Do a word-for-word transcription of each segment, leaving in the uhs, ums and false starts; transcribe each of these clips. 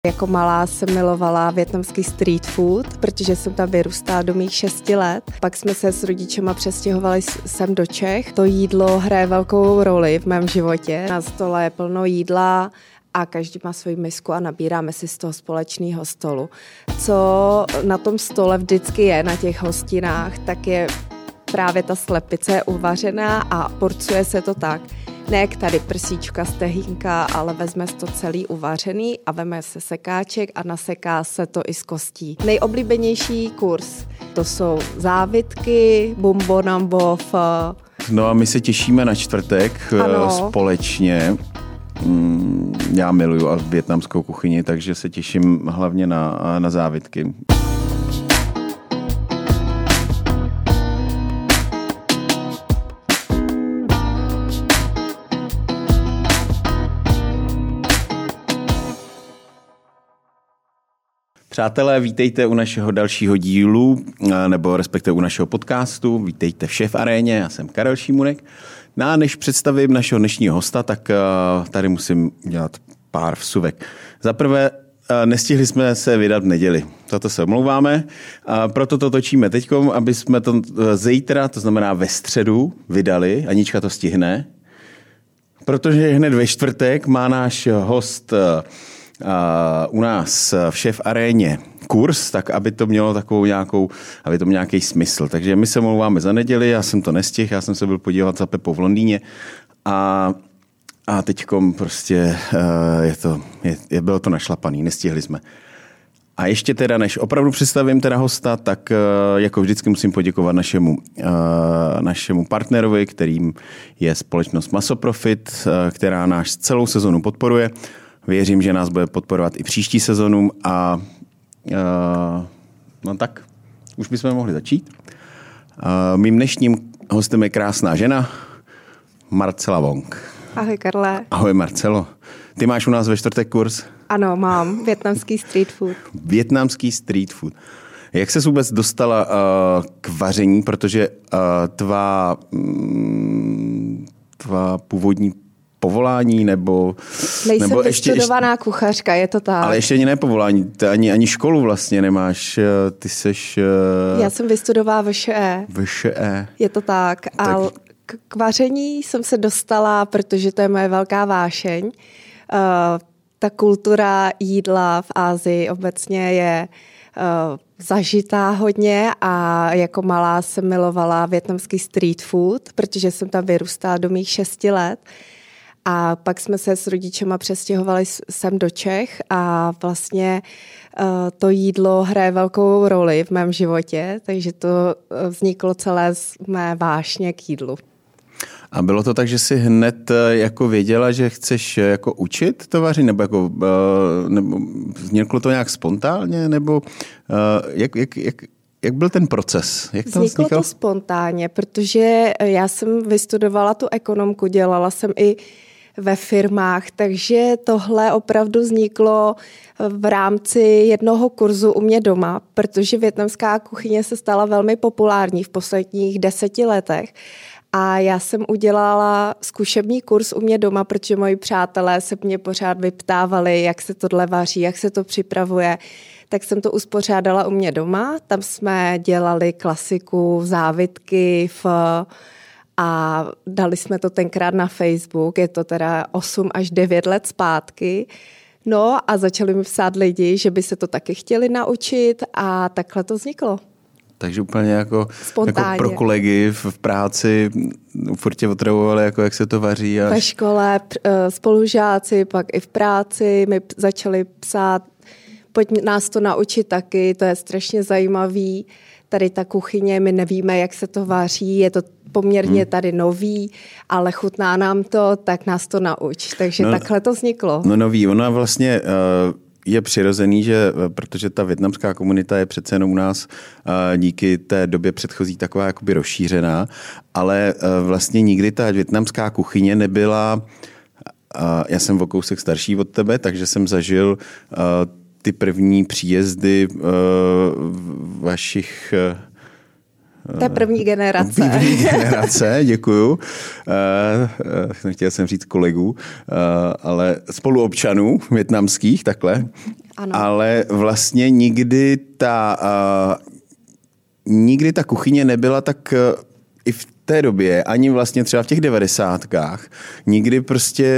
Jako malá jsem milovala vietnamský street food, protože jsem tam vyrůstala do mých šesti let. Pak jsme se s rodičema přestěhovali sem do Čech. To jídlo hraje velkou roli v mém životě. Na stole je plno jídla a každý má svoji misku a nabíráme si z toho společného stolu. Co na tom stole vždycky je na těch hostinách, tak je právě ta slepice uvařená a porcuje se to tak. Ne jak tady prsíčka, stehínka, ale vezme to celý uvařený a veme se sekáček a naseká se to i z kostí. Nejoblíbenější kurz, to jsou závitky, bumbo nambov. No a my se těšíme na čtvrtek ano. společně. Já miluju vietnamskou kuchyni, takže se těším hlavně na, na závitky. Přátelé, vítejte u našeho dalšího dílu, nebo respektive u našeho podcastu. Vítejte v Šéf Aréně, já jsem Karel Šímunek. No a než představím našeho dnešního hosta, tak tady musím dělat pár vsuvek. Za prvé, nestihli jsme se vydat v neděli. Za to se omlouváme. A proto to točíme teďkom, aby jsme to zítra, to znamená ve středu, vydali. Anička to stihne. Protože hned ve čtvrtek má náš host Uh, u nás v Šéf Aréně kurz, tak aby to mělo takovou nějakou, aby to měl nějaký smysl. Takže my se omlouváme za neděli, já jsem to nestihl, já jsem se byl podívat za Pepou v Londýně a, a teďkom prostě uh, je to, je, je, bylo to našlapaný, nestihli jsme. A ještě teda, než opravdu představím teda hosta, tak uh, jako vždycky musím poděkovat našemu, uh, našemu partnerovi, kterým je společnost Masoprofit, uh, která náš celou sezonu podporuje. Věřím, že nás bude podporovat i příští sezonu a uh, no tak, už bychom mohli začít. Uh, mým dnešním hostem je krásná žena, Marcela Wong. Ahoj Karle. Ahoj Marcelo. Ty máš u nás ve čtvrtek kurz? Ano, mám. Vietnamský street food. Vietnamský street food. Jak ses vůbec dostala uh, k vaření, protože uh, tvá, mm, tvá původní povolání, nebo... Nejsem nebo vystudovaná ještě, kuchařka, je to tak. Ale ještě ani ne povolání, ty ani, ani školu vlastně nemáš, ty seš... Já jsem vystudovala V Š E. V Š E. Je to tak. tak. A k, k vaření jsem se dostala, protože to je moje velká vášeň. Uh, ta kultura jídla v Asii obecně je uh, zažitá hodně a jako malá jsem milovala vietnamský street food, protože jsem tam vyrůstala do mých šesti let. A pak jsme se s rodičema přestěhovali sem do Čech a vlastně uh, to jídlo hraje velkou roli v mém životě, takže to vzniklo celé z mé vášně k jídlu. A bylo to tak, že jsi hned jako věděla, že chceš jako učit to vaření, nebo jako uh, nebo vzniklo to nějak spontánně, nebo uh, jak, jak, jak Jak byl ten proces? Jak to vzniklo to spontánně, protože já jsem vystudovala tu ekonomku, dělala jsem i ve firmách, takže tohle opravdu vzniklo v rámci jednoho kurzu u mě doma, protože vietnamská kuchyně se stala velmi populární v posledních deseti letech. A já jsem udělala zkušební kurz u mě doma, protože moji přátelé se mě pořád vyptávali, jak se tohle vaří, jak se to připravuje. Tak jsem to uspořádala u mě doma. Tam jsme dělali klasiku, závitky v, a dali jsme to tenkrát na Facebook. Je to teda osm až devět let zpátky. No a začali mi psát lidi, že by se to taky chtěli naučit a takhle to vzniklo. Takže úplně jako, jako pro kolegy v práci furt tě otravovali, jako jak se to vaří. Až... Ve škole spolužáci, pak i v práci mi začali psát, pojď nás to naučit taky, to je strašně zajímavý. Tady ta kuchyně, my nevíme, jak se to vaří, je to poměrně tady nový, ale chutná nám to, tak nás to nauč. Takže no, takhle to vzniklo. No nový, ona vlastně... Uh... je přirozený, že protože ta vietnamská komunita je přece jenom u nás díky té době předchozí taková jakoby rozšířená, ale vlastně nikdy ta vietnamská kuchyně nebyla, já jsem o kousek starší od tebe, takže jsem zažil ty první příjezdy vašich... To je první generace. První generace, děkuju. Uh, chtěl jsem říct kolegů, uh, ale spoluobčanů vietnamských, takhle. ano. Ale vlastně nikdy ta, uh, nikdy ta kuchyně nebyla tak uh, i v té době, ani vlastně třeba v těch devadesátkách, nikdy prostě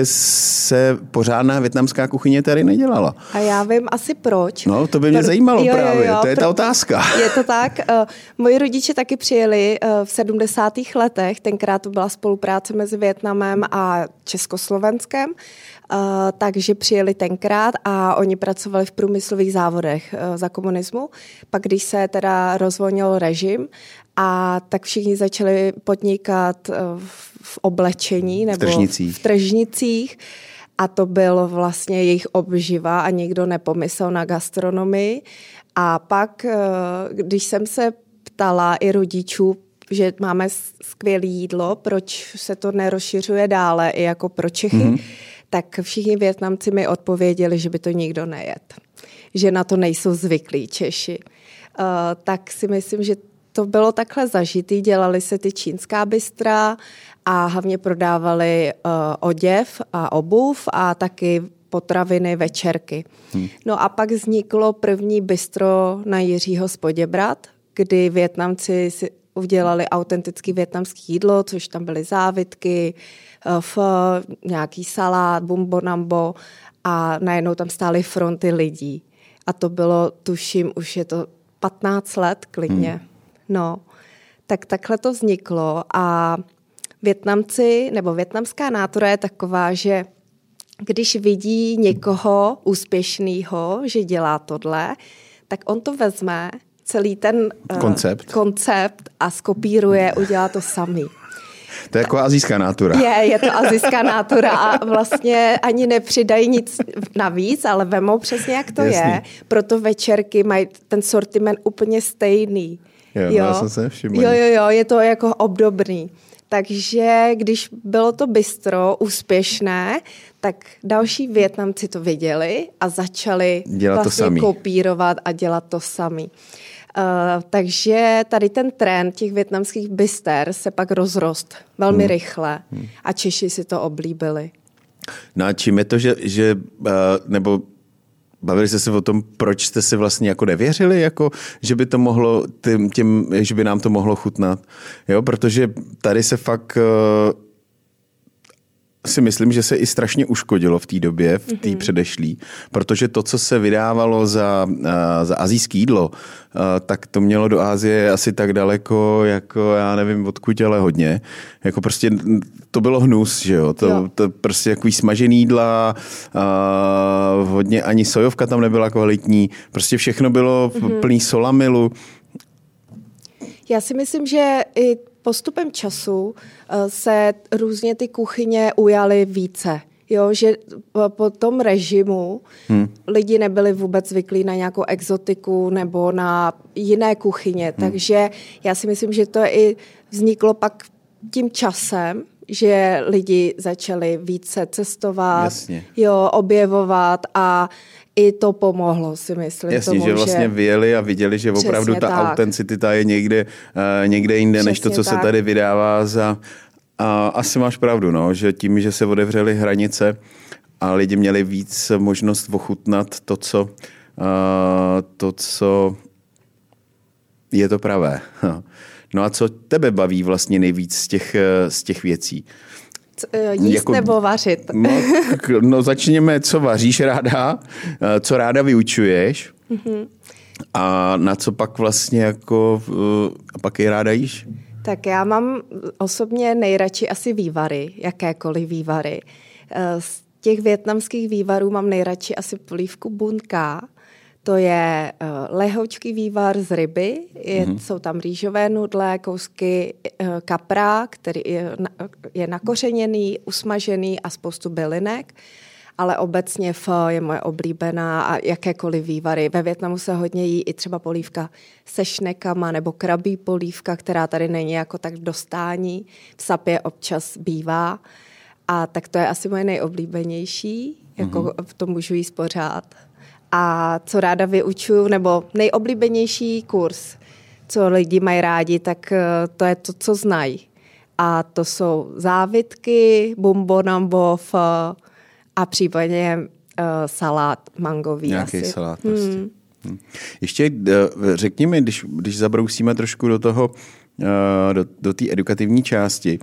se pořádná vietnamská kuchyně tady nedělala. A já vím asi proč. No, to by mě Pr- zajímalo jo, právě, jo, jo, to je ta otázka. Je to tak. Uh, moji rodiče taky přijeli uh, v sedmdesátých letech, tenkrát to byla spolupráce mezi Vietnamem a Československem, uh, takže přijeli tenkrát a oni pracovali v průmyslových závodech uh, za komunismu. Pak, když se teda rozvolnil režim, a tak všichni začali podnikat v oblečení nebo v tržnicích. v tržnicích a to bylo vlastně jejich obživa a nikdo nepomyslel na gastronomii. A pak, když jsem se ptala i rodičů, že máme skvělé jídlo, proč se to nerozšiřuje dále i jako pro Čechy, mm-hmm. tak všichni Vietnamci mi odpověděli, že by to nikdo nejet. Že na to nejsou zvyklí Češi. Uh, tak si myslím, že to bylo takhle zažitý, dělali se ty čínská bystra a hlavně prodávali uh, oděv a obuv a taky potraviny, večerky. Hmm. No a pak vzniklo první bistro na Jiřího z Poděbrad, kdy Vietnamci si udělali autentický vietnamský jídlo, což tam byly závitky, f, nějaký salát, bumbonambo a najednou tam stály fronty lidí. A to bylo, tuším, už je to patnáct let klidně. Hmm. No, tak takhle to vzniklo a Vietnamci, nebo vietnamská nátura je taková, že když vidí někoho úspěšného, že dělá tohle, tak on to vezme, celý ten koncept, uh, koncept a skopíruje, udělá to samý. To je jako asijská nátura. Je, je to asijská nátura a vlastně ani nepřidají nic navíc, ale vemou přesně, jak to Jasný. je. Proto večerky mají ten sortiment úplně stejný. Jo, jo. Já jsem se nevšiml. Jo, jo, jo, je to jako obdobný. Takže když bylo to bistro úspěšné, tak další Vietnamci to viděli a začali dělat vlastně to kopírovat a dělat to sami. Uh, takže tady ten trend těch vietnamských bister se pak rozrost velmi hmm. rychle a Češi si to oblíbili. No a čím je to, že, že uh, nebo bavili jste se o tom, proč jste si vlastně jako nevěřili, jako, že by to mohlo, tím, tím, že by nám to mohlo chutnat. Jo, protože tady se fakt uh, si myslím, že se i strašně uškodilo v té době, v té mm-hmm. předešlý, protože to, co se vydávalo za, uh, za asijské jídlo, uh, tak to mělo do Asie asi tak daleko, jako já nevím odkud, ale hodně. Jako prostě to bylo hnus, že jo? To, jo. to prostě jako smažený jídla, uh, hodně ani sojovka tam nebyla kvalitní, prostě všechno bylo mm-hmm. plný solamilu. Já si myslím, že i postupem času se různě ty kuchyně ujaly více. Jo, že po tom režimu hmm. lidi nebyli vůbec zvyklí na nějakou exotiku nebo na jiné kuchyně. Hmm. Takže já si myslím, že to i vzniklo pak tím časem, že lidi začali více cestovat, Jasně. jo, objevovat a i to pomohlo, si myslím. Jasně, tomu, že vlastně vyjeli a viděli, že opravdu ta tak. autenticita je někde, uh, někde jinde, Přesně než to, co tak. se tady vydává za... A asi máš pravdu, no, že tím, že se otevřely hranice a lidi měli víc možnost ochutnat to, co, uh, to, co je to pravé. No a co tebe baví vlastně nejvíc z těch, z těch věcí? Jíst jako, nebo vařit? No, no začněme, co vaříš ráda, co ráda vyučuješ mm-hmm. a na co pak vlastně jako, a pak je ráda jíš? Tak já mám osobně nejradši asi vývary, jakékoliv vývary. Z těch vietnamských vývarů mám nejradši asi polívku bun cá. To je uh, lehoučký vývar z ryby, je, mm-hmm. jsou tam rýžové nudle, kousky uh, kapra, který je, je nakořeněný, usmažený a spoustu bylinek, ale obecně pho je moje oblíbená a jakékoliv vývary. Ve Vietnamu se hodně jí i třeba polívka se šnekama nebo krabí polívka, která tady není jako tak v dostání, v Sapě občas bývá. A tak to je asi moje nejoblíbenější, jako mm-hmm. to můžu jíst pořád. A co ráda vyučuju, nebo nejoblíbenější kurz, co lidi mají rádi, tak to je to, co znají. A to jsou závitky, bumbonambo, pho a případně salát mangový. Nějaký asi. salát prostě. Hmm. Hmm. Ještě řekni mi, když, když zabrousíme trošku do toho, do, do té edukativní části,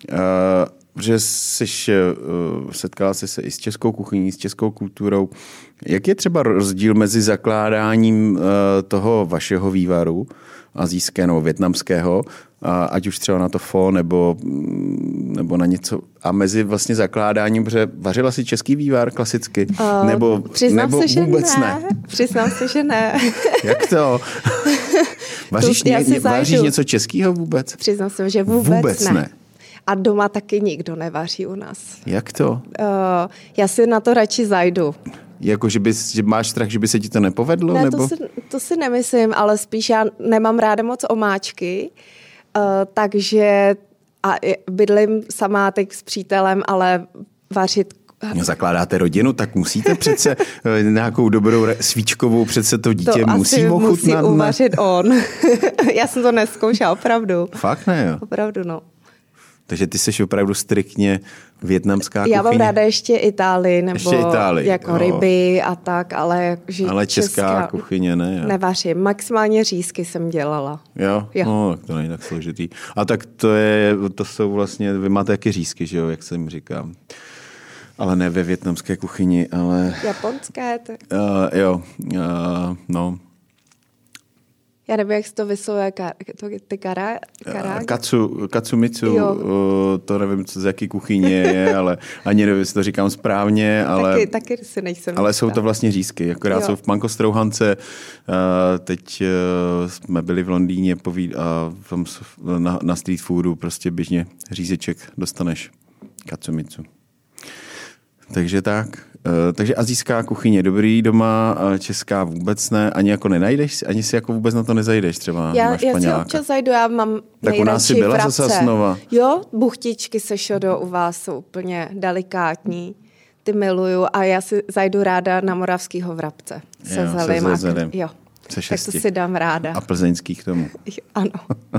že jsi setkala jsi se i s českou kuchyní, s českou kulturou. Jak je třeba rozdíl mezi zakládáním toho vašeho vývaru, asijského nebo vietnamského, ať už třeba na to pho nebo, nebo na něco, a mezi vlastně zakládáním, protože vařila si český vývar klasicky, uh, nebo, nebo se, vůbec ne. ne? Přiznám se, že ne. Jak to? Vaříš, to, ně, vaříš něco českého vůbec? Přiznám se, že vůbec, vůbec ne. ne. A doma taky nikdo nevaří u nás. Jak to? Uh, já si na to radši zajdu. Jako, že, bys, že máš strach, že by se ti to nepovedlo? Ne, nebo? To, si, to si nemyslím, ale spíš já nemám ráda moc omáčky, uh, takže a bydlím sama teď s přítelem, ale vařit... Zakládáte rodinu, tak musíte přece nějakou dobrou svíčkovou, přece to dítě to musí ochutnat. To musí uvařit on. Já jsem to neskoušela, opravdu. Fakt ne, jo? Opravdu, no. Takže ty jsi opravdu striktně vietnamská kuchyně. Já mám ráda ještě Itálii, nebo ještě Itálii, jako jo. ryby a tak, ale, že ale česká, česká kuchyně ne. Jo. Nevařím. Maximálně řízky jsem dělala. Jo? jo. No, tak to není tak složitý. A tak to je, to jsou vlastně, vy máte taky řízky, že jo, jak jsem říkám. Ale ne ve vietnamské kuchyni, ale... Japonské? Tak... Uh, jo, uh, no... Já nevím, jak se to vyslovuje, to, ty kara, kara? Katsu, katsumitsu, uh, to nevím, co z jaký kuchyně je, ale ani nevím, jestli to říkám správně, ale, taky, taky si nejsem ale jsou to vlastně řízky, akorát jo. jsou v Mankostrouhance. Uh, teď uh, jsme byli v Londýně povíd, a tam na, na street foodu prostě běžně řízeček dostaneš katsumitsu. Takže tak. Takže asijská kuchyně dobrý, doma česká vůbec ne, ani jako nenajdeš, ani si jako vůbec na to nezajdeš třeba já, na španěláka. Já si občas zajdu, já mám tak u nás si byla zase snova. Jo, buchtičky se šodo u vás jsou úplně delikátní, ty miluju a já si zajdu ráda na moravskýho vrabce. Se jo, zelím. Se zelím. Jo, se šesti. Tak to si dám ráda. A plzeňský k tomu. Jo, ano. uh,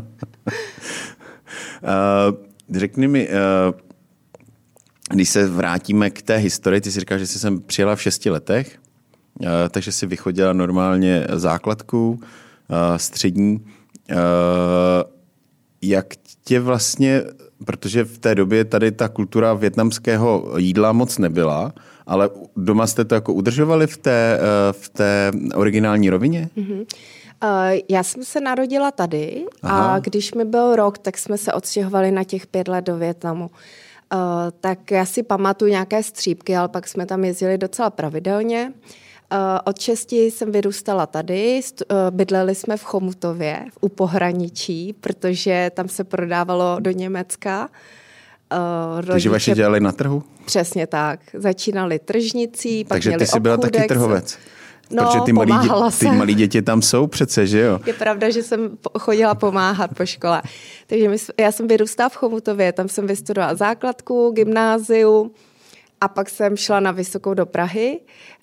řekni mi, uh, když se vrátíme k té historii, ty jsi říkal, že jsi sem přijela v šesti letech, takže jsi vychodila normálně základku, střední. Jak tě vlastně, protože v té době tady ta kultura vietnamského jídla moc nebyla, ale doma jste to jako udržovali v té, v té originální rovině? Mm-hmm. Já jsem se narodila tady. Aha. A když mi byl rok, tak jsme se odstěhovali na těch pět let do Vietnamu. Uh, tak já si pamatuju nějaké střípky, ale pak jsme tam jezdili docela pravidelně. Uh, od šesti jsem vyrůstala tady, st- uh, bydleli jsme v Chomutově, u pohraničí, protože tam se prodávalo do Německa. Uh, rodiče... Takže vaše dělali na trhu? Přesně tak. Začínali tržnicí, pak Takže měli ty jsi byla obchůdek, taky trhovec? No, protože ty malí, dě- ty jsem. malí děti tam jsou přece, že jo? Je pravda, že jsem chodila pomáhat po škole. Takže my, já jsem vyrůstala v Chomutově, tam jsem vystudovala základku, gymnáziu a pak jsem šla na vysokou do Prahy.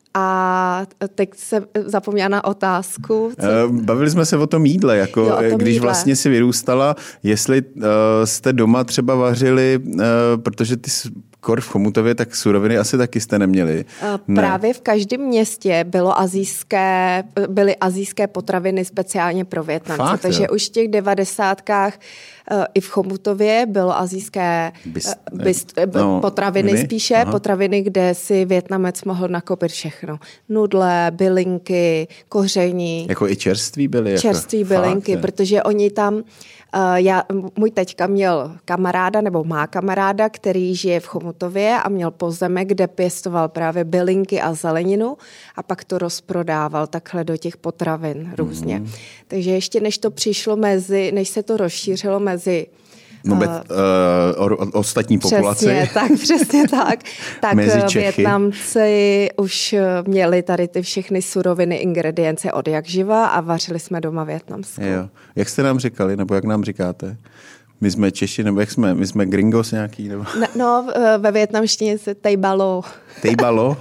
A teď jsem zapomněla na otázku. Co... Bavili jsme se o tom jídle, jako jo, tom když jídle. Vlastně si vyrůstala, jestli uh, jste doma třeba vařili, uh, protože ty kor v Chomutově, tak suroviny asi taky jste neměli. Uh, právě ne. V každém městě bylo azijské, byly azijské potraviny speciálně pro Vietnamce, Fakt, takže jo. už v těch devadesátkách uh, i v Chomutově bylo azijské Bist, uh, bist, uh, no, potraviny mini? spíše, Aha. potraviny, kde si Vietnamec mohl nakopit všechno. Nudle, bylinky, koření. Jako i čerství byly? Čerství jako, bylinky, fakt, protože oni tam, uh, já, můj teďka měl kamaráda, nebo má kamaráda, který žije v Chomutově a měl pozemek, kde pěstoval právě bylinky a zeleninu a pak to rozprodával takhle do těch potravin různě. Mm. Takže ještě než to přišlo mezi, než se to rozšířilo mezi Vůbec uh, uh, ostatní populaci. Přesně tak, přesně tak. Tak Vietnamci už měli tady ty všechny suroviny, ingredience od jak živa a vařili jsme doma vietnamskou. Jo. Jak jste nám říkali, nebo jak nám říkáte? My jsme Češi, nebo jak jsme? My jsme gringos nějaký? Nebo? No, no ve vietnamštině se tejbalo. Tejbalo?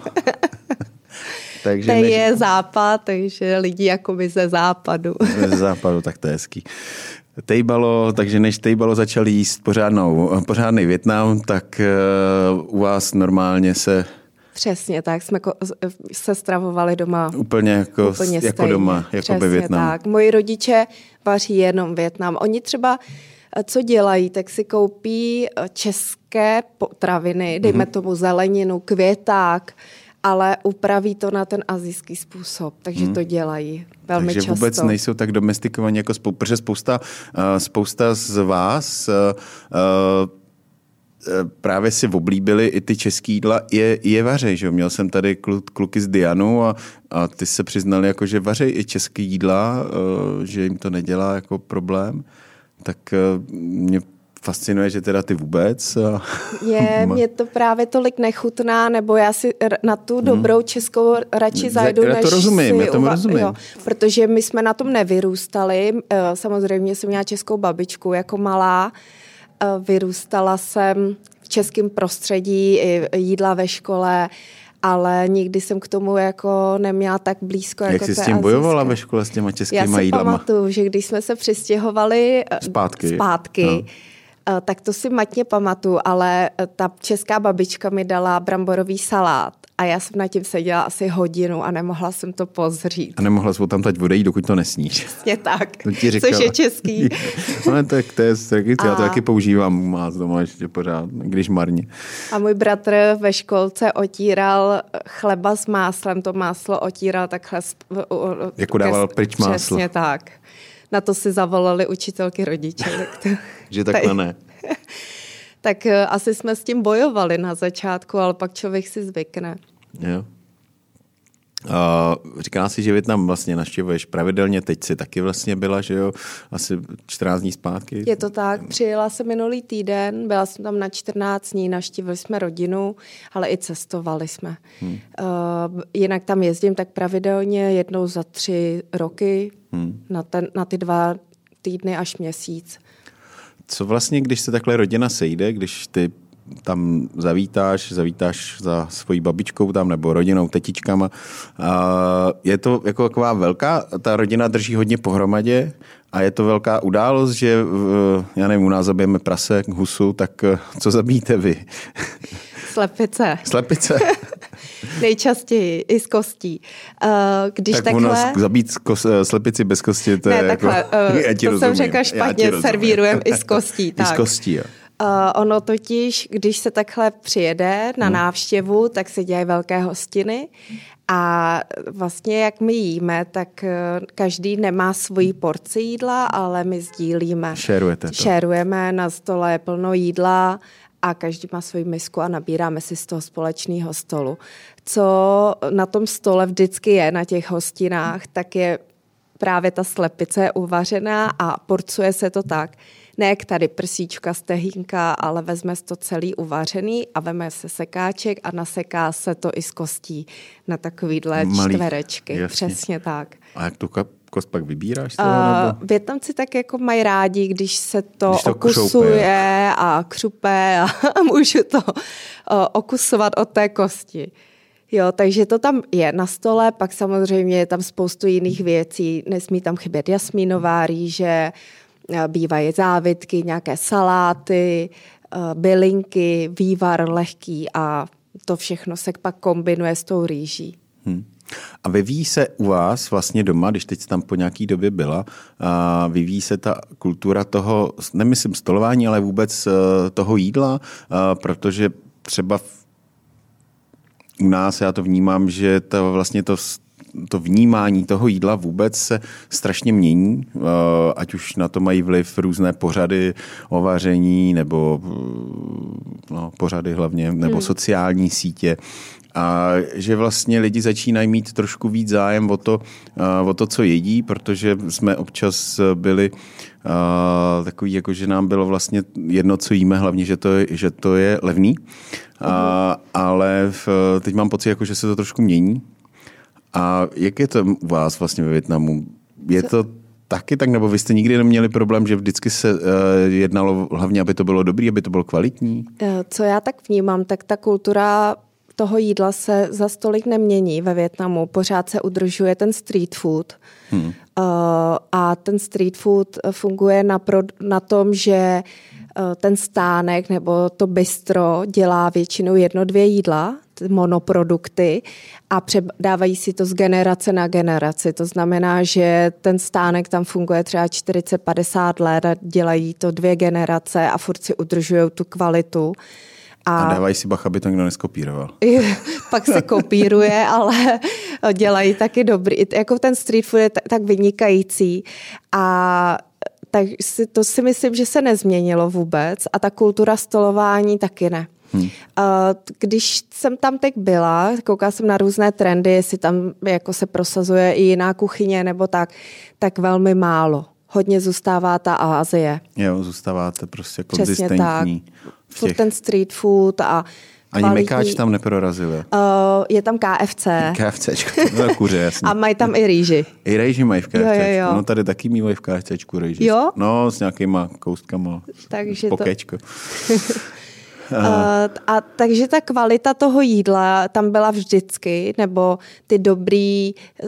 Takže Tej než... je západ, takže lidi jako by ze západu. Ze západu, tak to je hezký. Tejbalo, takže než Tejbalo začali jíst pořádnou, pořádný Vietnam, tak uh, u vás normálně se Přesně tak, jsme se stravovali doma. Úplně jako, úplně jako stejně. doma, jako Přesně by Vietnamu. Tak. Moji rodiče vaří jenom Vietnam. Oni třeba, co dělají, tak si koupí české potraviny, dejme mm-hmm. tomu zeleninu, květák, ale upraví to na ten asijský způsob, takže hmm. to dělají velmi takže často. Takže vůbec nejsou tak domestikovaní jako spou- protože spousta, uh, spousta z vás uh, uh, právě si oblíbili i ty český jídla, je, je vařej, že jo? Měl jsem tady klu, kluky z Dianu a, a ty se přiznali, jako, že vařej i český jídla, uh, že jim to nedělá jako problém, tak uh, mě fascinuje, že teda ty vůbec. Je, mě to právě tolik nechutná, nebo já si na tu dobrou českou radši zajdu, já to než rozumím, si já tomu uva- rozumím. Jo, protože my jsme na tom nevyrůstali. Samozřejmě jsem měla českou babičku jako malá. Vyrůstala jsem v českém prostředí, jídla ve škole, ale nikdy jsem k tomu jako neměla tak blízko. Jak jako jsi s tím azijské. bojovala ve škole s těma českýma já jídlama? Já si pamatuju, že když jsme se přistěhovali zpátky, zpátky no. tak to si matně pamatuju, ale ta česká babička mi dala bramborový salát a já jsem na tím seděla asi hodinu a nemohla jsem to pozřít. A nemohla jsi tam teď odejít, dokud to nesníš. Přesně tak, to ti říkala. Což je český. Ale tak to je strategické, já to taky používám u nás doma ještě pořád, když marně. A můj bratr ve školce otíral chleba s máslem, to máslo otíral takhle. Jako dával pryč máslo. Přesně tak. Na to si zavolali učitelky rodiče. Že takhle ne. Tak asi jsme s tím bojovali na začátku, ale pak člověk si zvykne. Jo. Uh, říká si, že Vietnam vlastně navštěvuješ pravidelně, teď si taky vlastně byla, že jo, asi čtrnáct dní zpátky. Je to tak, přijela jsem minulý týden, byla jsem tam na čtrnáct dní, navštívili jsme rodinu, ale i cestovali jsme. Hmm. Uh, jinak tam jezdím tak pravidelně jednou za tři roky, hmm. na, ten, na ty dva týdny až měsíc. Co vlastně, když se takhle rodina sejde, když ty tam zavítáš, zavítáš za svojí babičkou tam nebo rodinou, tetičkama. Je to jako taková velká, ta rodina drží hodně pohromadě a je to velká událost, že já nevím, u nás zabijeme prase, husu, tak co zabijíte vy? Slepice. Slepice. Nejčastěji, i z kostí. Když tak takhle... u nás zabít kos, slepici bez kosti, to ne, je takhle, jako... Uh, to rozumím. Jsem řekla špatně, servírujem i z kostí. I z kostí, jo. Uh, ono totiž, když se takhle přijede na hmm. návštěvu, tak se dělají velké hostiny a vlastně jak my jíme, tak uh, každý nemá svoji porci jídla, ale my sdílíme. Šerujete to. Šerujeme, na stole je plno jídla a každý má svoji misku a nabíráme si z toho společného stolu. Co na tom stole vždycky je na těch hostinách, tak je právě ta slepice uvařená a porcuje se to tak, ne jak tady prsíčka, stehínka, ale vezme se to celý uvařený a veme se sekáček a naseká se to i z kostí na takovýhle Malý, čtverečky. Jasně. Přesně tak. A jak tu kost pak vybíráš? Uh, Vietnamci tak jako mají rádi, když se to, když to okusuje křoupe, a křupe a, a můžu to uh, okusovat od té kosti. Jo, takže to tam je na stole, pak samozřejmě je tam spoustu jiných věcí, nesmí tam chybět jasmínová rýže, bývají závitky, nějaké saláty, bylinky, vývar lehký a to všechno se pak kombinuje s tou rýží. Hmm. A vyvíjí se u vás vlastně doma, když teď tam po nějaký době byla, a vyvíjí se ta kultura toho, nemyslím stolování, ale vůbec toho jídla, protože třeba u nás já to vnímám, že to vlastně to to vnímání toho jídla vůbec se strašně mění, ať už na to mají vliv různé pořady o vaření, nebo no, pořady hlavně, nebo hmm. sociální sítě. A že vlastně lidi začínají mít trošku víc zájem o to, o to, co jedí, protože jsme občas byli uh, takový, jako že nám bylo vlastně jedno, co jíme, hlavně, že to je, že to je levný. Uh, ale v, teď mám pocit, jako, že se to trošku mění. A jak je to u vás vlastně ve Vietnamu? Je to taky tak, nebo vy jste nikdy neměli problém, že vždycky se uh, jednalo hlavně, aby to bylo dobrý, aby to bylo kvalitní? Co já tak vnímám, tak ta kultura toho jídla se za stolik nemění ve Vietnamu. Pořád se udržuje ten street food. Hmm. Uh, a ten street food funguje na, pro, na tom, že uh, ten stánek nebo to bistro dělá většinou jedno, dvě jídla. monoprodukty a předávají si to z generace na generaci. To znamená, že ten stánek tam funguje třeba čtyřicet padesát let a dělají to dvě generace a furt si udržují tu kvalitu. A, a dávají si bacha, aby to někdo neskopíroval. Pak se kopíruje, ale dělají taky dobrý. Jako ten street food je tak vynikající. A tak si, to si myslím, že se nezměnilo vůbec. A ta kultura stolování taky ne. Hmm. Když jsem tam teď byla, koukala jsem na různé trendy, jestli tam jako se prosazuje i jiná kuchyně nebo tak, tak velmi málo. Hodně zůstává ta Asie. Jo, zůstáváte prostě konzistentní. Furt ten street food a ani kvalitní... Mekáč tam neprorazil. Uh, je tam K F C. KFCčko, to kuře, jasně. A mají tam i rýži. I rýži mají v KFCčku. Jo, jo, jo. No tady taky mývají v KFCčku rýži. Jo? No, s nějakýma koustkama. Takže pokečko. To... Uh, a takže ta kvalita toho jídla tam byla vždycky, nebo ty dobrý uh,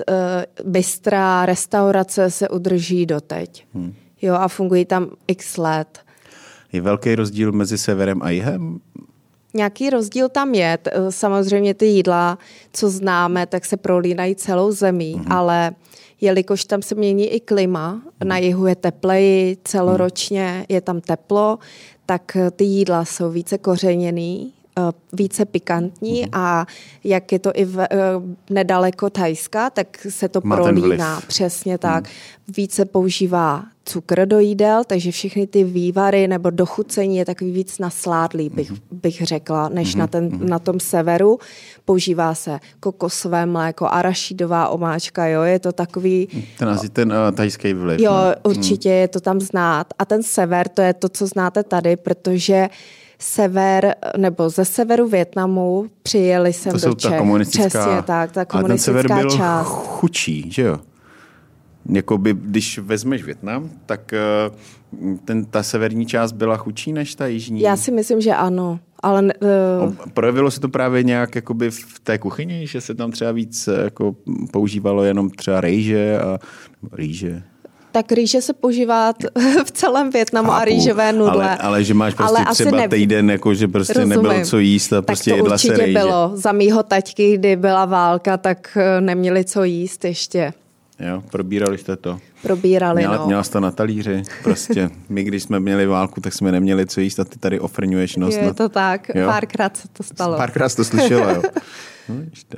bystrá restaurace se udrží doteď. Hmm. Jo, a fungují tam x let. Je velký rozdíl mezi severem a jihem? Nějaký rozdíl tam je. Samozřejmě ty jídla, co známe, tak se prolínají celou zemí, hmm. ale jelikož tam se mění i klima, hmm. na jihu je tepleji celoročně, hmm. je tam teplo, tak ty jídla jsou více kořeněný, více pikantní hmm. a jak je to i v, nedaleko Thajska, tak se to má prolíná. Přesně tak. Hmm. Více používá cukr do jídel, takže všechny ty vývary nebo dochucení je takový víc nasládlý, bych, mm-hmm. bych řekla, než mm-hmm. na, ten, mm-hmm. na tom severu. Používá se kokosové mléko, arašidová omáčka, jo, je to takový... Ten asi ten uh, thajský vliv. Jo, ne? určitě mm. je to tam znát. A ten sever, to je to, co znáte tady, protože sever, nebo ze severu Vietnamu přijeli sem to do Čech. Ta komunistická... Přesně tak, ta komunistická ale ten sever byl část. chučí, že jo? Jakoby, když vezmeš Vietnam, tak ten, ta severní část byla chudší než ta jižní? Já si myslím, že ano. Ale, uh... Projevilo se to právě nějak jakoby v té kuchyni, že se tam třeba víc jako používalo jenom třeba rejže a rýže? Tak rýže se používá t- v celém Vietnamu. Chápu, a rýžové nudle. Ale, ale že máš prostě ale třeba neví. týden, jako, že prostě Rozumím. Nebylo co jíst a prostě tak to jedla se rejže. určitě bylo. Za mýho taťky, kdy byla válka, tak neměli co jíst ještě. Jo, probírali jste to. Probírali, měla, no. Měla jsi to na talíři. Prostě my, když jsme měli válku, tak jsme neměli co jíst a ty tady ofrňuješ nos. Je to tak. Jo? Párkrát se to stalo. Párkrát jsi to slyšela, jo. No, to.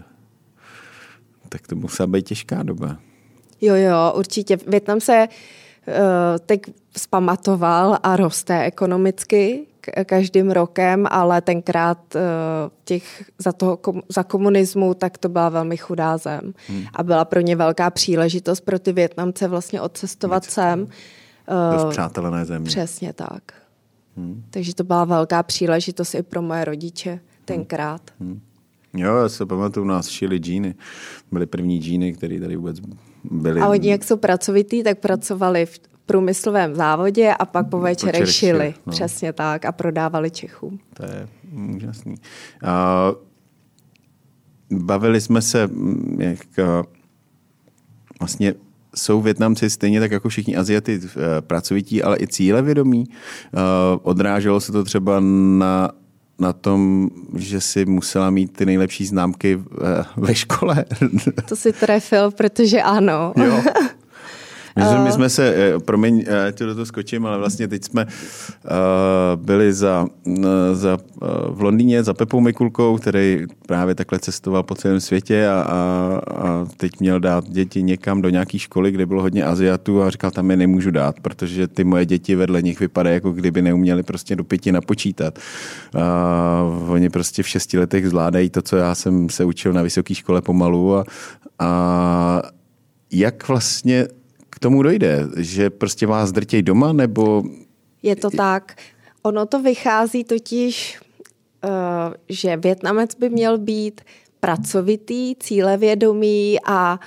Tak to musela být těžká doba. Jo, jo, určitě. Vietnam se uh, teď vzpamatoval a roste ekonomicky každým rokem, ale tenkrát uh, těch, za, toho, za komunismu tak to byla velmi chudá zem. Hmm. A byla pro ně velká příležitost pro ty Vietnamce vlastně odcestovat Víc. sem. Do spřátelené země. Přesně tak. Hmm. Takže to byla velká příležitost i pro moje rodiče tenkrát. Hmm. Jo, já se pamatuju, u nás šili džíny. Byly první džíny, které tady vůbec byly. A oni, jak jsou pracovitý, tak pracovali v průmyslovém závodě a pak po večerech šili. No. Přesně tak. A prodávali Čechům. To je úžasný. A bavili jsme se, jak vlastně jsou Vietnamci stejně tak jako všichni Aziaty pracovití, ale i cílevědomí. Odráželo se to třeba na na tom, že si musela mít ty nejlepší známky ve škole. To si trefil, protože ano. Jo. My, my jsme se, promiň, tě do toho skočím, ale vlastně teď jsme uh, byli za, za, uh, v Londýně za Pepou Mikulkou, který právě takhle cestoval po celém světě a, a, a teď měl dát děti někam do nějaké školy, kde bylo hodně Aziatů a říkal, tam je nemůžu dát, protože ty moje děti vedle nich vypadají, jako kdyby neuměli prostě do pěti napočítat. Uh, oni prostě v šesti letech zvládají to, co já jsem se učil na vysoké škole pomalu a, a jak vlastně k tomu dojde? Že prostě vás drtěj doma, nebo... Je to tak. Ono to vychází totiž, že Vietnamec by měl být pracovitý, cílevědomý a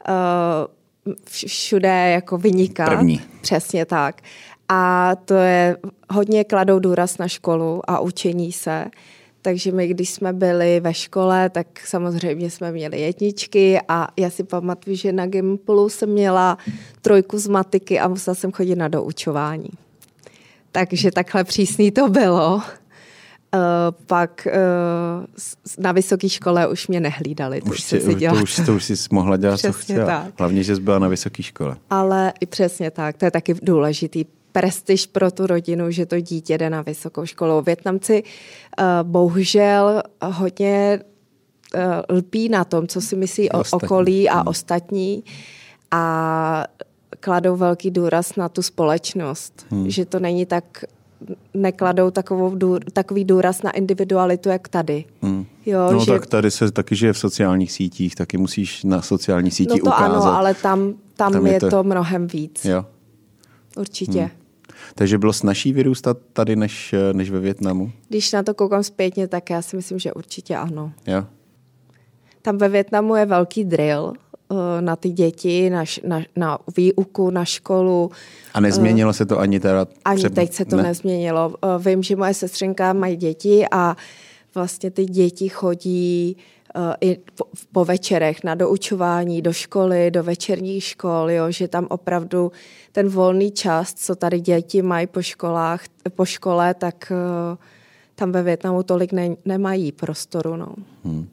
všude jako vynikat. První. Přesně tak. A to je, hodně kladou důraz na školu a učení se. Takže my, když jsme byli ve škole, tak samozřejmě jsme měli jedničky a já si pamatuju, že na Gimplu jsem měla trojku z matiky a musela jsem chodit na doučování. Takže takhle přísný to bylo. pak uh, na vysoké škole už mě nehlídali. To už, tě, si to, už, to už jsi mohla dělat, co chtěla. Tak. Hlavně, že jsi byla na vysoké škole. Ale i přesně tak, to je taky důležitý. Prestiž pro tu rodinu, že to dítě jde na vysokou školu. Vietnamci uh, bohužel hodně uh, lpí na tom, co si myslí o ostatní. Okolí a hmm. ostatní a kladou velký důraz na tu společnost. Hmm. Že to není tak, nekladou takovou, takový důraz na individualitu, jak tady. Hmm. Jo, no že... tak tady se taky žije v sociálních sítích, taky musíš na sociálních sítích ukázat. No to ukázat. ano, ale tam, tam, tam je, je to... to mnohem víc. Jo. Určitě. Hmm. Takže bylo snazší vyrůstat tady než, než ve Vietnamu? Když na to koukám zpětně, tak já si myslím, že určitě ano. Jo. Tam ve Vietnamu je velký drill na ty děti, na, na, na výuku, na školu. A nezměnilo se to ani teda? Ani před... teď se to ne. nezměnilo. Vím, že moje sestřenka mají děti a vlastně ty děti chodí i po, po večerech na doučování, do školy, do večerních škol, jo, že tam opravdu ten volný čas, co tady děti mají po školách, po škole, tak uh, tam ve Vietnamu tolik ne, nemají prostoru. No. Hmm.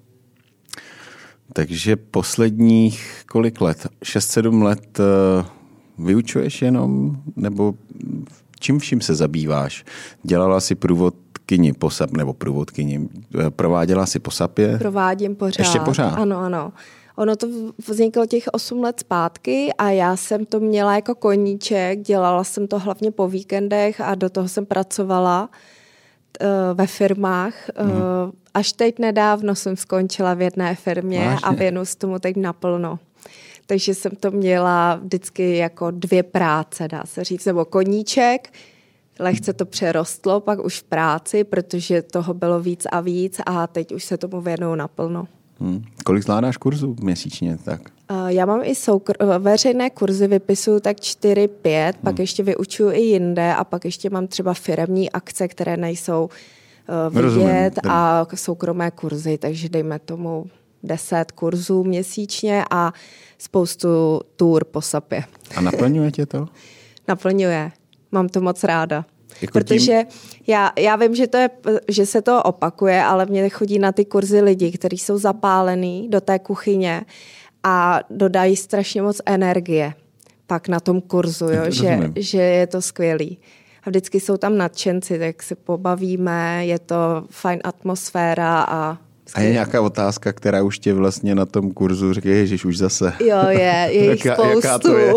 Takže posledních kolik let? šest sedm let uh, vyučuješ jenom? Nebo čím vším se zabýváš? Dělala jsi průvodkyni posap, nebo průvodkyni, prováděla jsi posapě? Provádím pořád. Ještě pořád? Ano, ano. Ono to vzniklo těch osm let zpátky a já jsem to měla jako koníček, dělala jsem to hlavně po víkendech a do toho jsem pracovala uh, ve firmách. Mm. Uh, až teď nedávno jsem skončila v jedné firmě Vážně? A věnuju se tomu teď naplno. Takže jsem to měla vždycky jako dvě práce, dá se říct, nebo koníček. Lehce to přerostlo pak už v práci, protože toho bylo víc a víc a teď už se tomu věnuju naplno. Hmm. Kolik zvládáš kurzů měsíčně? Tak? Uh, já mám i soukr- veřejné kurzy, vypisuju tak čtyři pět, hmm. pak ještě vyučuju i jinde a pak ještě mám třeba firemní akce, které nejsou uh, vidět Rozumím. A soukromé kurzy, takže dejme tomu deset kurzů měsíčně a spoustu tour po sapě. A naplňuje tě to? Naplňuje. Mám to moc ráda. Jako protože tím... já, já vím, že, to je, že se to opakuje, ale mě chodí na ty kurzy lidi, kteří jsou zapálení do té kuchyně a dodají strašně moc energie pak na tom kurzu, jo, že, že je to skvělý. A vždycky jsou tam nadšenci, tak se pobavíme, je to fajn atmosféra a A je nějaká otázka, která už tě vlastně na tom kurzu říká, ježiš, už zase. Jo, je, je jich jaká, spoustu. Jaká to je?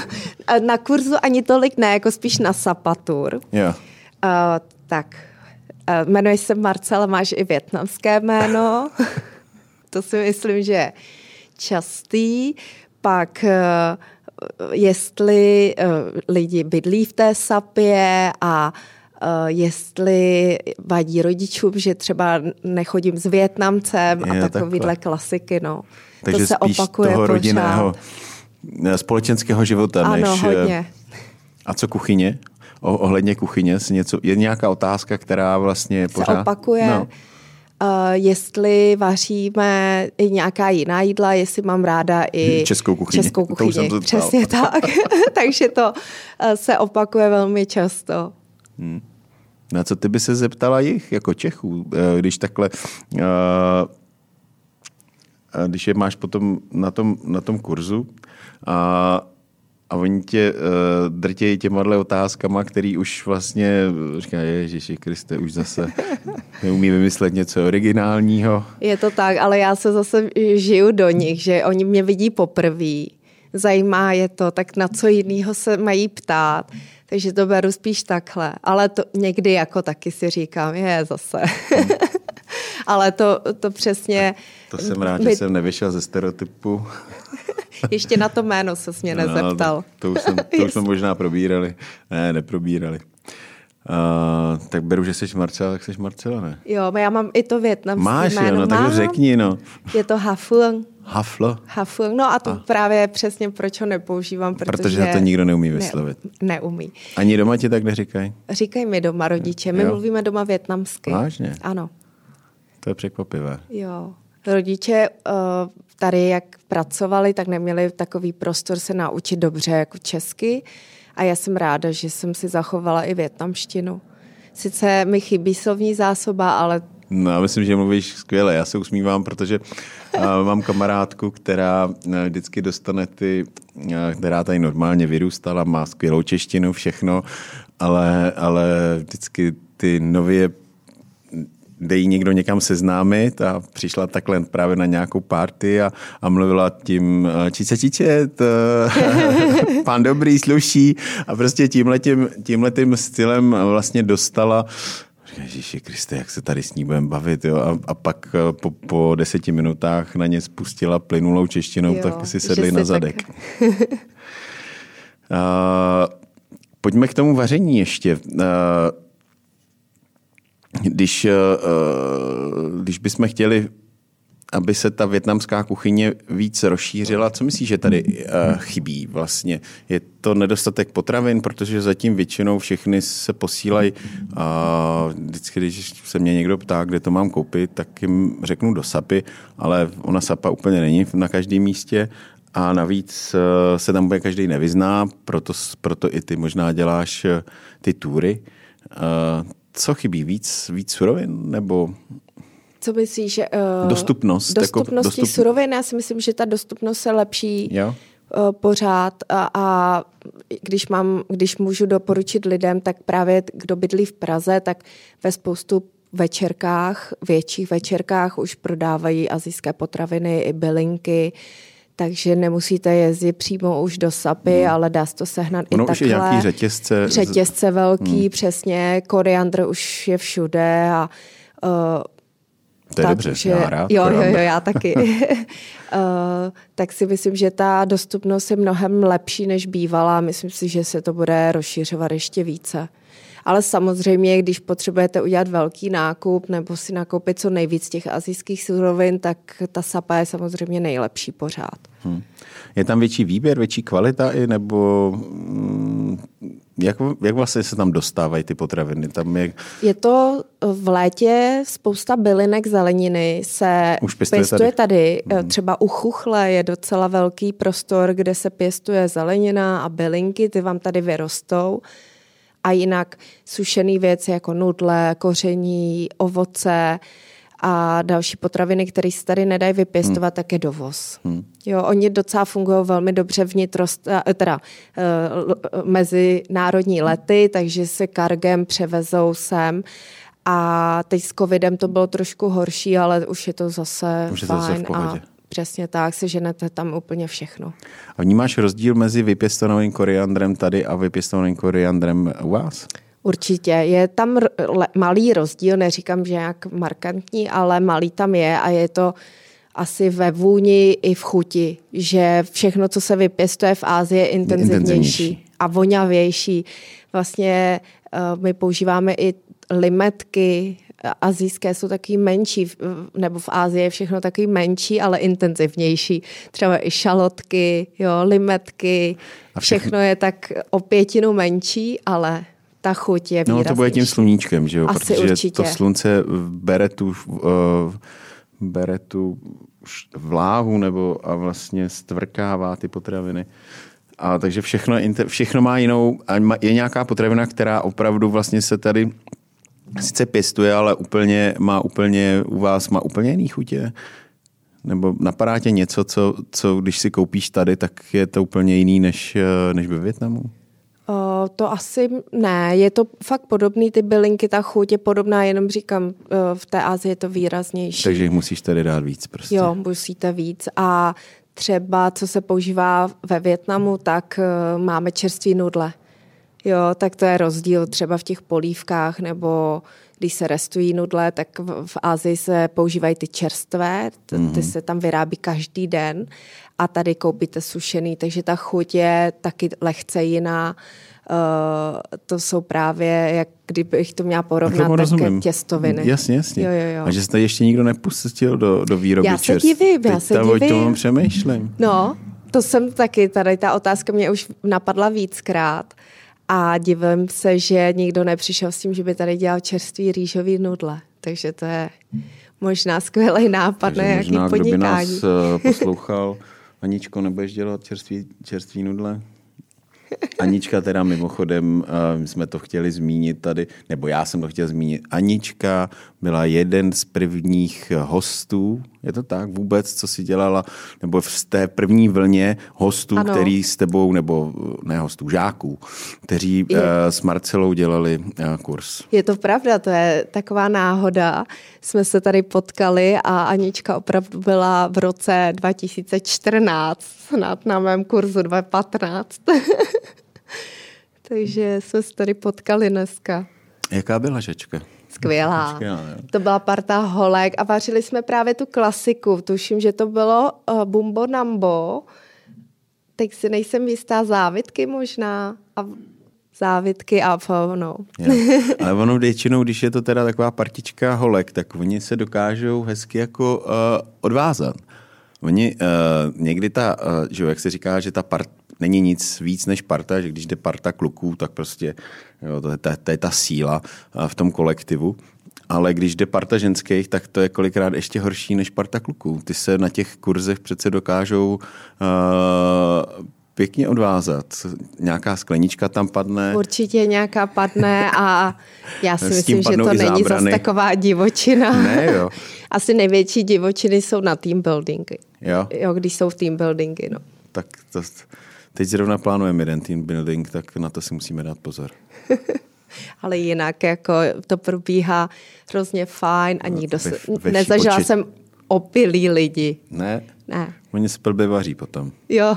Na kurzu ani tolik ne, jako spíš na Sapatur. Jo. Uh, tak, uh, jmenuješ se Marcela, máš i vietnamské jméno. To si myslím, že je častý. Pak uh, jestli uh, lidi bydlí v té sapě a Uh, jestli vadí rodičům, že třeba nechodím s Vietnamcem je, a takovýhle klasiky, no. Takže to se spíš opakuje toho pořád. Rodinného společenského života. Ano, než, hodně. A co kuchyně? O, ohledně kuchyně něco, je nějaká otázka, která vlastně pořád... Se opakuje. No. Uh, jestli vaříme i nějaká jiná jídla, jestli mám ráda i českou kuchyni. Českou kuchyni. Přesně tak. Takže to uh, se opakuje velmi často. Hmm. Na co ty by se zeptala jich jako Čechů, když takhle, když je máš potom na tom, na tom kurzu a, a oni tě drtějí těmahle otázkama, který už vlastně říká, Ježiši Kriste, už zase neumí vymyslet něco originálního. Je to tak, ale já se zase žiju do nich, že oni mě vidí poprvé, zajímá je to, tak na co jiného se mají ptát. Takže to beru spíš takhle. Ale to někdy jako taky si říkám, je zase. Hmm. Ale to, to přesně... To jsem rád, by... že jsem nevyšel ze stereotypu. Ještě na to jméno ses mě nezeptal. No, to, to už, jsem, to už jsme možná probírali. Ne, neprobírali. Uh, tak beru, že jsi Marcela, tak jsi Marcela, ne? Jo, já mám i to vietnamské Máš, jméno. jo, no tak řekni, no. Je to Hafung. Haflo? Hafung, no a to a. právě přesně proč ho nepoužívám, protože... Protože to nikdo neumí vyslovit. Ne, neumí. Ani doma ti tak neříkají? Říkají mi doma rodiče, my jo. mluvíme doma vietnamsky. Vážně? Ano. To je překvapivé. Jo. Rodiče uh, tady, jak pracovali, tak neměli takový prostor se naučit dobře jako česky a já jsem ráda, že jsem si zachovala i vietnamštinu. Sice mi chybí slovní zásoba, ale... No, já myslím, že mluvíš skvěle. Já se usmívám, protože uh, mám kamarádku, která uh, vždycky dostane ty, uh, která tady normálně vyrůstala, má skvělou češtinu, všechno, ale, ale vždycky ty nově dejí někdo někam seznámit a přišla takhle právě na nějakou party a, a mluvila tím čice čičet, pán dobrý, sluší a prostě tímhletím, tímhletým stylem vlastně dostala. Ježíši Kriste, jak se tady s ní budeme bavit, jo? A, a pak po, po deseti minutách na ně spustila plynulou češtinou, jo, tak si sedli na zadek. Tak... uh, pojďme k tomu vaření ještě. Uh, Když, když bychom chtěli, aby se ta vietnamská kuchyně víc rozšířila, co myslíš, že tady chybí vlastně? Je to nedostatek potravin, protože zatím většinou všechny se posílají a vždycky, když se mě někdo ptá, kde to mám koupit, tak jim řeknu do Sapy, ale ona Sapa úplně není na každém místě a navíc se tam bude každý nevyzná, proto, proto i ty možná děláš ty tury. Co chybí? Víc, víc surovin? Nebo... Co myslíš, že... Uh, dostupnost. Dostupnosti jako dostup... surovin, já si myslím, že ta dostupnost je lepší jo. Uh, pořád a, a když, mám, když můžu doporučit lidem, tak právě kdo bydlí v Praze, tak ve spoustu večerkách, větších večerkách už prodávají asijské potraviny i bylinky, takže nemusíte jezdit přímo už do Sapy, hmm. ale dá se to sehnat ono i takhle. Už je nějaký řetězce. Řetězce velký, hmm. přesně. Koriandr už je všude. A, uh, to je tak, dobře, že, já rád jo, jo, jo, já taky. uh, tak si myslím, že ta dostupnost je mnohem lepší, než bývala. Myslím si, že se to bude rozšiřovat ještě více. Ale samozřejmě, když potřebujete udělat velký nákup nebo si nakoupit co nejvíc těch asijských surovin, tak ta Sapa je samozřejmě nejlepší pořád. Hmm. Je tam větší výběr, větší kvalita i, nebo jak, jak vlastně se tam dostávají ty potraviny? Tam je... je to v létě spousta bylinek, zeleniny se Už pěstuje, pěstuje tady. tady. Hmm. Třeba u Chuchle je docela velký prostor, kde se pěstuje zelenina a bylinky, ty vám tady vyrostou. A jinak sušený věci jako nudle, koření, ovoce a další potraviny, které se tady nedají vypěstovat, hmm. tak je dovoz. Hmm. Jo, oni docela fungují velmi dobře vnitrost, teda uh, mezi národní lety, takže se kargem převezou sem. A teď s covidem to bylo trošku horší, ale už je to zase už je fajn. Zase v pohodě. A přesně tak, seženete tam úplně všechno. A vnímáš rozdíl mezi vypěstovaným koriandrem tady a vypěstovaným koriandrem u vás? Určitě. Je tam r- malý rozdíl, neříkám, že nějak markantní, ale malý tam je a je to asi ve vůni i v chuti, že všechno, co se vypěstuje v Asii, je intenzivnější, intenzivnější. a voňavější. Vlastně uh, my používáme i limetky, asijské jsou taky menší, nebo v Asii je všechno taky menší, ale intenzivnější. Třeba i šalotky, jo, limetky, a všechno... všechno je tak o pětinu menší, ale ta chuť je výraznější. No to bude tím sluníčkem, že jo? Asi protože určitě. To slunce bere tu, uh, bere tu vláhu nebo a vlastně stvrkává ty potraviny. A takže všechno, všechno má jinou, je nějaká potravina, která opravdu vlastně se tady sice pěstuje, ale úplně má úplně, u vás má úplně jiný chutě? Nebo napadá tě něco, co, co když si koupíš tady, tak je to úplně jiný než, než ve Vietnamu? O, to asi ne, je to fakt podobný, ty bylinky, ta chuť je podobná, jenom říkám, v té Asii je to výraznější. Takže jich musíš tady dát víc prostě. Jo, musíte víc a třeba, co se používá ve Vietnamu, tak máme čerstvý nudle. Jo, tak to je rozdíl třeba v těch polívkách, nebo když se restují nudle, tak v, v Asii se používají ty čerstvé, ty, mm-hmm. ty se tam vyrábí každý den a tady koupíte sušený, takže ta chuť je taky lehce jiná. Uh, to jsou právě, jak kdybych to měla porovnat, tak těstoviny. Jasně, jasně. Jo, jo, jo. A že jste ještě nikdo nepustil do, do výroby já se čerstv. Divím, já se divím, já se divím. O tom přemýšlím. No, to jsem taky, tady ta otázka mě už napadla víckrát. A divím se, že nikdo nepřišel s tím, že by tady dělal čerstvý rýžový nudle. Takže to je možná skvělý nápad na nějaký podnikání. Kdo by nás poslouchal, Aničko, nebudeš dělat čerstvý, čerstvý nudle? Anička teda mimochodem, my jsme to chtěli zmínit tady, nebo já jsem to chtěl zmínit. Anička byla jeden z prvních hostů, je to tak vůbec, co si dělala, nebo v té první vlně hostů, ano. který s tebou, nebo ne hostů, žáků, kteří je, s Marcelou dělali kurz. Je to pravda, to je taková náhoda. Jsme se tady potkali a Anička opravdu byla v roce dva tisíce čtrnáct, snad na mém kurzu dva tisíce patnáct. Takže jsme se tady potkali dneska. Jaká byla žačka? Skvělá. Skvělá, to byla parta holek a vařili jsme právě tu klasiku. Tuším, že to bylo uh, Bumbo Nambo. Teď si nejsem jistá, závitky možná. A závitky a no. Ale ono většinou, když je to teda taková partička holek, tak oni se dokážou hezky jako uh, odvázat. Oni uh, někdy ta, uh, že jak se říká, že ta part není nic víc než parta, že když jde parta kluků, tak prostě jo, to, je ta, to je ta síla uh, v tom kolektivu. Ale když jde parta ženských, tak to je kolikrát ještě horší než parta kluků. Ty se na těch kurzech přece dokážou uh, pěkně odvázat. Nějaká sklenička tam padne. Určitě nějaká padne a já si myslím, že to není zase taková divočina. Ne, jo. Asi největší divočiny jsou na team buildingy. Jo? Jo, když jsou team buildingy, no. Tak to, teď zrovna plánujeme jeden team building, tak na to si musíme dát pozor. Ale jinak jako to probíhá hrozně fajn a nikdo se... Nezažila počet... jsem opilí lidi. Ne? Ne. Oni se blbě vaří potom. Jo.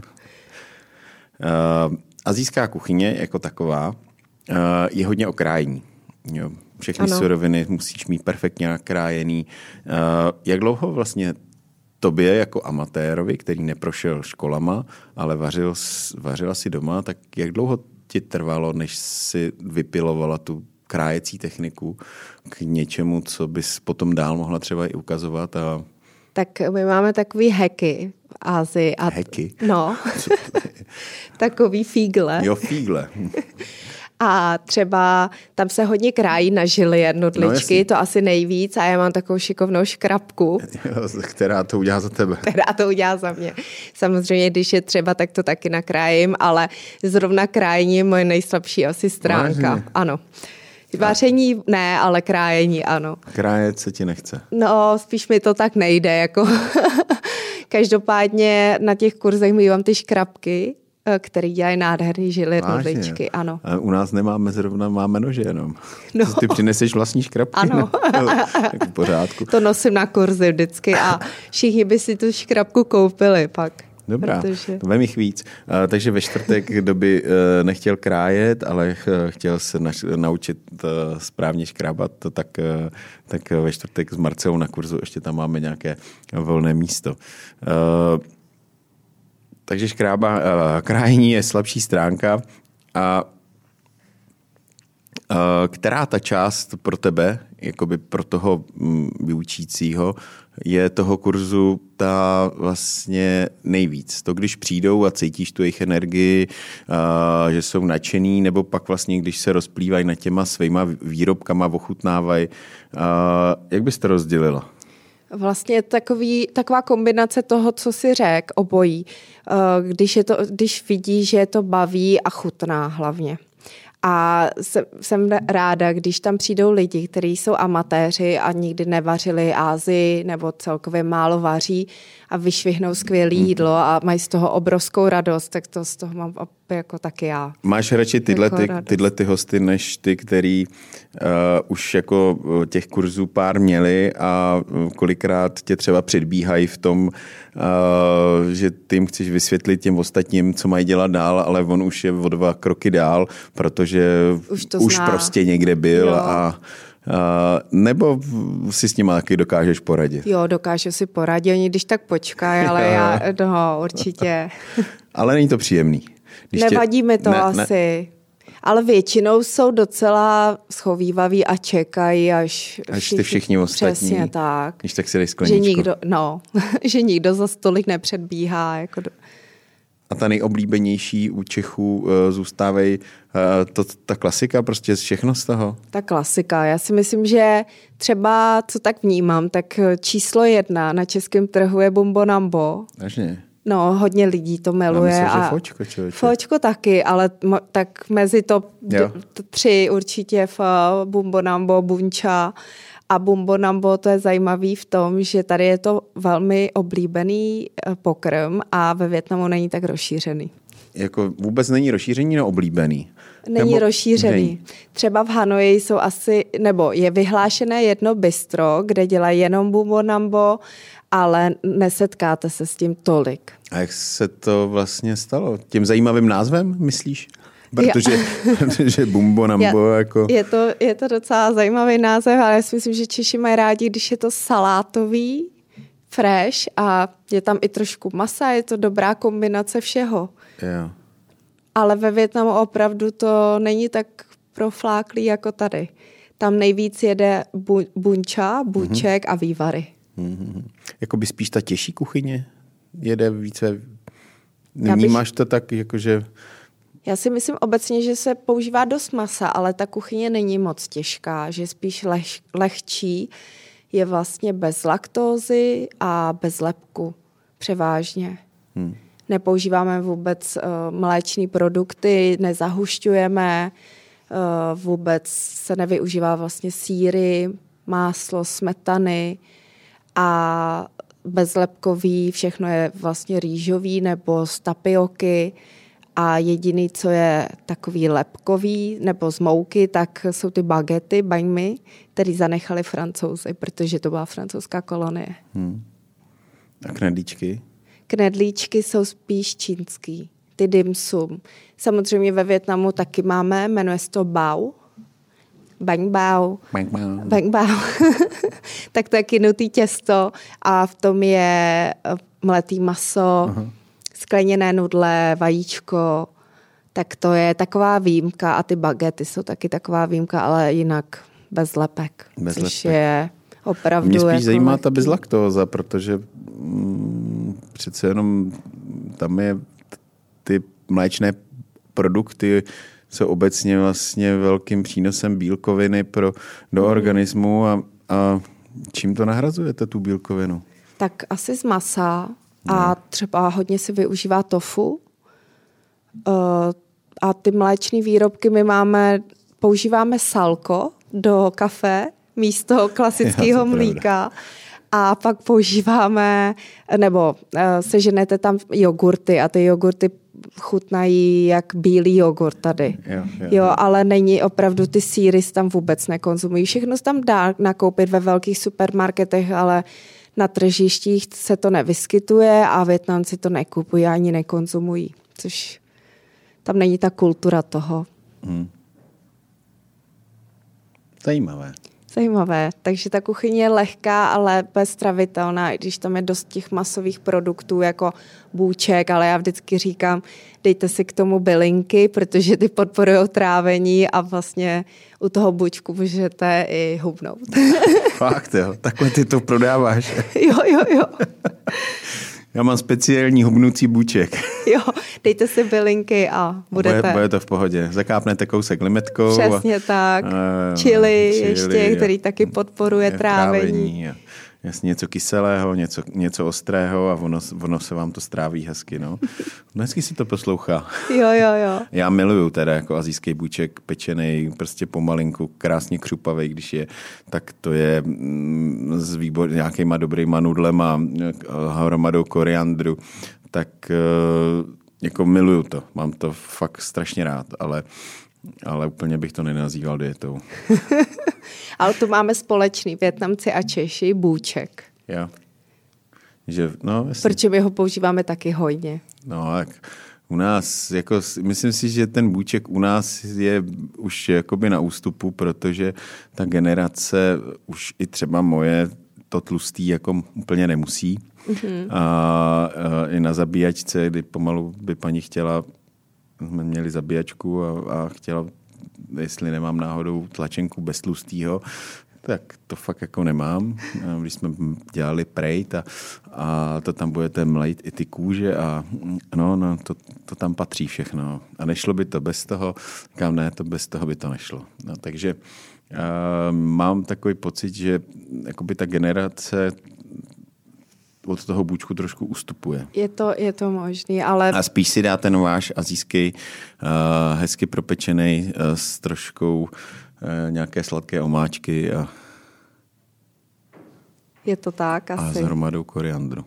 Uh, asijská kuchyně jako taková uh, je hodně o krájení. Jo. Všechny ano. suroviny musíš mít perfektně nakrájený. Uh, jak dlouho vlastně tobě jako amatérovi, který neprošel školama, ale vařil, vařila si doma, tak jak dlouho ti trvalo, než si vypilovala tu krájecí techniku k něčemu, co bys potom dál mohla třeba i ukazovat? A... Tak my máme takový hacky v Asii. A... Hacky? No. Takový fígle. Jo, fígle. A třeba tam se hodně krájí na žily jednotličky, no, to asi nejvíc a já mám takovou šikovnou škrabku. Která to udělá za tebe. Která to udělá za mě. Samozřejmě, když je třeba, tak to taky nakrájím, ale zrovna krájení je moje nejslabší asi stránka. Vážně? Ano. Vaření ne, ale krájení ano. Krájet se ti nechce? No, spíš mi to tak nejde. Jako. Každopádně na těch kurzech mývám ty škrabky, který dělají nádherný žily rodličky, ano. A u nás nemáme zrovna, máme nože jenom. No. Ty přineseš vlastní škrabky? Ano. No, tak v pořádku. To nosím na kurzy vždycky a všichni by si tu škrabku koupili pak. Dobrá, protože... to vem jich víc. Uh, takže ve čtvrtek, kdo by uh, nechtěl krájet, ale uh, chtěl se naš- naučit uh, správně škrábat, tak, uh, tak ve čtvrtek s Marcelou na kurzu ještě tam máme nějaké volné místo. Uh, Takže škrába, uh, krájení je slabší stránka a uh, která ta část pro tebe, jakoby pro toho um, vyučícího, je toho kurzu ta vlastně nejvíc. To, když přijdou a cítíš tu jejich energii, uh, že jsou nadšený, nebo pak vlastně, když se rozplývají nad těma svýma výrobkama, ochutnávají. Uh, jak bys to rozdělila? Vlastně takový, taková kombinace toho, co si řek, obojí. Když, je to, když vidí, že je to baví a chutná hlavně. A jsem, jsem ráda, když tam přijdou lidi, kteří jsou amatéři a nikdy nevařili Asii nebo celkově málo vaří a vyšvihnou skvělé jídlo a mají z toho obrovskou radost, tak to z toho mám jako taky já. Máš radši tyhle, jako ty, tyhle ty hosty, než ty, který uh, už jako těch kurzů pár měli a kolikrát tě třeba předbíhají v tom, uh, že ty jim chceš vysvětlit těm ostatním, co mají dělat dál, ale on už je o dva kroky dál, protože už, už prostě někde byl jo. a Uh, nebo si s nimi taky dokážeš poradit? Jo, dokážu si poradit, oni když tak počkají, ale já, no, určitě. Ale není to příjemný. Když Nevadí tě... mi to ne, asi. Ne. Ale většinou jsou docela schovývaví a čekají, až, až všichni, ty všichni ostatní. Přesně tak. Když tak si dej skleničku. Že nikdo, no, že nikdo za stolik nepředbíhá. Jako do... A ta nejoblíbenější u Čechů uh, zůstávají uh, to, ta klasika, prostě všechno z toho? Ta klasika. Já si myslím, že třeba, co tak vnímám, tak číslo jedna na českém trhu je Bumbo Nambo. Vážně? No, hodně lidí to miluje. Já myslím, a že fočko, člověče. Fočko taky, ale m- tak mezi to d- tři určitě v uh, Bumbo Nambo, Buncha a Bumbo Nambo to je zajímavý v tom, že tady je to velmi oblíbený uh, pokrm a ve Vietnamu není tak rozšířený. Jako vůbec není rozšířený, no oblíbený. Není nebo rozšířený. Není. Třeba v Hanoji jsou asi, nebo je vyhlášené jedno bistro, kde dělají jenom Bumbo Nambo, ale nesetkáte se s tím tolik. A jak se to vlastně stalo? Tím zajímavým názvem, myslíš? Protože, protože Bumbo Nambo je, jako... Je to, je to docela zajímavý název, ale já si myslím, že Češi mají rádi, když je to salátový, fresh a je tam i trošku masa, je to dobrá kombinace všeho. Jo. Ale ve Vietnamu opravdu to není tak profláklý jako tady. Tam nejvíc jede bu, bunča, buček mm-hmm. a vývary. Mm-hmm. Jakoby spíš ta těžší kuchyně jede více... Vnímáš bych... to tak, jakože... Já si myslím obecně, že se používá dost masa, ale ta kuchyně není moc těžká, že spíš leh, lehčí, je vlastně bez laktózy a bez lepku převážně. Hmm. Nepoužíváme vůbec uh, mléčné produkty, nezahušťujeme, uh, vůbec se nevyužívá vlastně sýry, máslo, smetany a bezlepkový, všechno je vlastně rýžový nebo z tapioky. A jediný, co je takový lepkový nebo z mouky, tak jsou ty bagety, banh mi, který zanechali Francouzi, protože to byla francouzská kolonie. Hmm. A knedlíčky? Knedlíčky jsou spíš čínský, ty dim sum. Samozřejmě ve Vietnamu taky máme, jmenuje se to bao. Banh bao. Banh bao. Banh bao. Tak to je kynutý těsto a v tom je mletý maso, uh-huh. skleněné nudle, vajíčko, tak to je taková výjimka a ty bagety jsou taky taková výjimka, ale jinak bez lepek, bez což lepek. Je opravdu... Mě spíš jako zajímá lehký. Ta bezlaktóza, protože mm, přece jenom tam je ty mléčné produkty jsou obecně vlastně velkým přínosem bílkoviny pro, do mm. organismu a, a čím to nahrazujete, tu bílkovinu? Tak asi z masa a třeba hodně se využívá tofu. A ty mléčné výrobky my máme, používáme salko do kafe místo klasického mlíka. A pak používáme, nebo seženete tam jogurty a ty jogurty chutnají jak bílý jogurt tady. Jo, jo. jo, ale není opravdu, ty sýry tam vůbec nekonzumují. Všechno se tam dá nakoupit ve velkých supermarketech, ale na tržištích se to nevyskytuje a Vietnamci to nekupují ani nekonzumují, což tam není ta kultura toho. Hmm. Zajímavé. Zajímavé. Takže ta kuchyně je lehká, ale bezstravitelná, i když tam je dost těch masových produktů jako bůček, ale já vždycky říkám, dejte si k tomu bylinky, protože ty podporují trávení a vlastně u toho bučku můžete i hubnout. Fakt jo, takhle ty to prodáváš. Jo, jo, jo. Já mám speciální hubnoucí buček. Jo, dejte si bylinky a budete... Bude, bude to v pohodě. Zakápnete kousek limetkou. Přesně a, tak. A, chili, chili ještě, který taky podporuje trávení. trávení a, jasně, něco kyselého, něco, něco ostrého a ono, ono se vám to stráví hezky. No. Hezky si to poslouchá. Jo, jo, jo. Já miluju teda jako asijský buček, pečený, prostě pomalinku, krásně křupavej, když je, tak to je mm, s výbor, nějakýma dobrýma nudlema, hromadou koriandru, tak jako miluju to. Mám to fakt strašně rád, ale ale úplně bych to nenazýval dietou. Ale tu máme společný, Vietnamci a Češi, bůček. Jo. Že, no, protože my ho používáme taky hojně. No, tak u nás, jako, myslím si, že ten bůček u nás je už jakoby na ústupu, protože ta generace, už i třeba moje, to tlustý jako úplně nemusí. Mm-hmm. A, a i na zabíjačce, kdy pomalu by paní chtěla, jsme měli zabíjačku a, a chtěla, jestli nemám náhodou tlačenku bez tlustýho, tak to fakt jako nemám. Když jsme dělali prejt a, a to tam budete mlejt i ty kůže a no, no to, to tam patří všechno. A nešlo by to bez toho, kam ne, to bez toho by to nešlo. No, takže uh, mám takový pocit, že jakoby ta generace od toho bůčku trošku ustupuje. Je to, je to možný, ale... A spíš si dáte váš asijský uh, hezky propečený uh, s troškou uh, nějaké sladké omáčky a, je to tak asi. A s hromadou koriandru.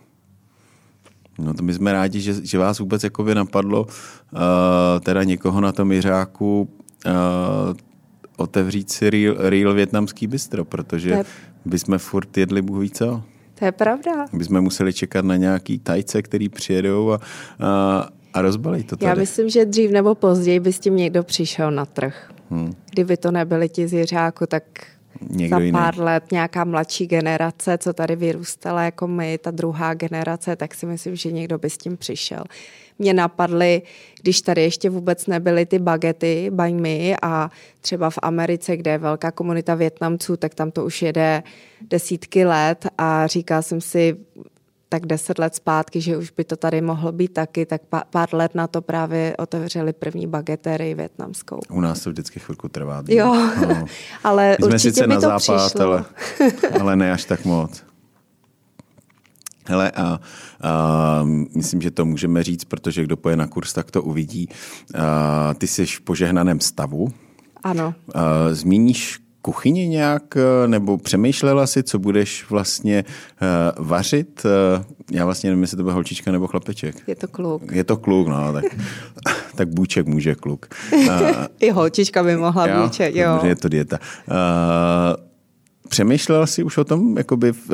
No to my jsme rádi, že, že vás vůbec jakoby napadlo uh, teda někoho na tom Jiřáku uh, otevřít si real, real vietnamský bistro, protože je... bychom furt jedli bůh ví co. To je pravda. Bychom museli čekat na nějaký tajce, který přijedou a, a, a rozbalí to tady. Já myslím, že dřív nebo později by s tím někdo přišel na trh. Hmm. Kdyby to nebyli ti z Jiřáku, tak někdo za pár jiný. let nějaká mladší generace, co tady vyrůstala jako my, ta druhá generace, tak si myslím, že někdo by s tím přišel. Mě napadly, když tady ještě vůbec nebyly ty bagety, banh mi, a třeba v Americe, kde je velká komunita Vietnamců, tak tam to už jede desítky let a říkala jsem si tak deset let zpátky, že už by to tady mohlo být taky, tak pár let na to právě otevřeli první bagetery vietnamskou. U nás to vždycky chvilku trvá. Jo, no. Ale my jsme určitě sice by na to západ, přišlo. ale, ale ne až tak moc. Hele, a, a myslím, že to můžeme říct, protože kdo poje na kurz, tak to uvidí. A, ty jsi v požehnaném stavu. Ano. A, zmíníš kuchyni nějak, nebo přemýšlela si, co budeš vlastně uh, vařit? Uh, já vlastně nevím, jestli to bude holčička nebo chlapeček. Je to kluk. Je to kluk, no, tak, tak bůček může kluk. Uh, I holčička by mohla jo, bůček, jo. Je to dieta. Uh, přemýšlela jsi už o tom, jakoby, uh,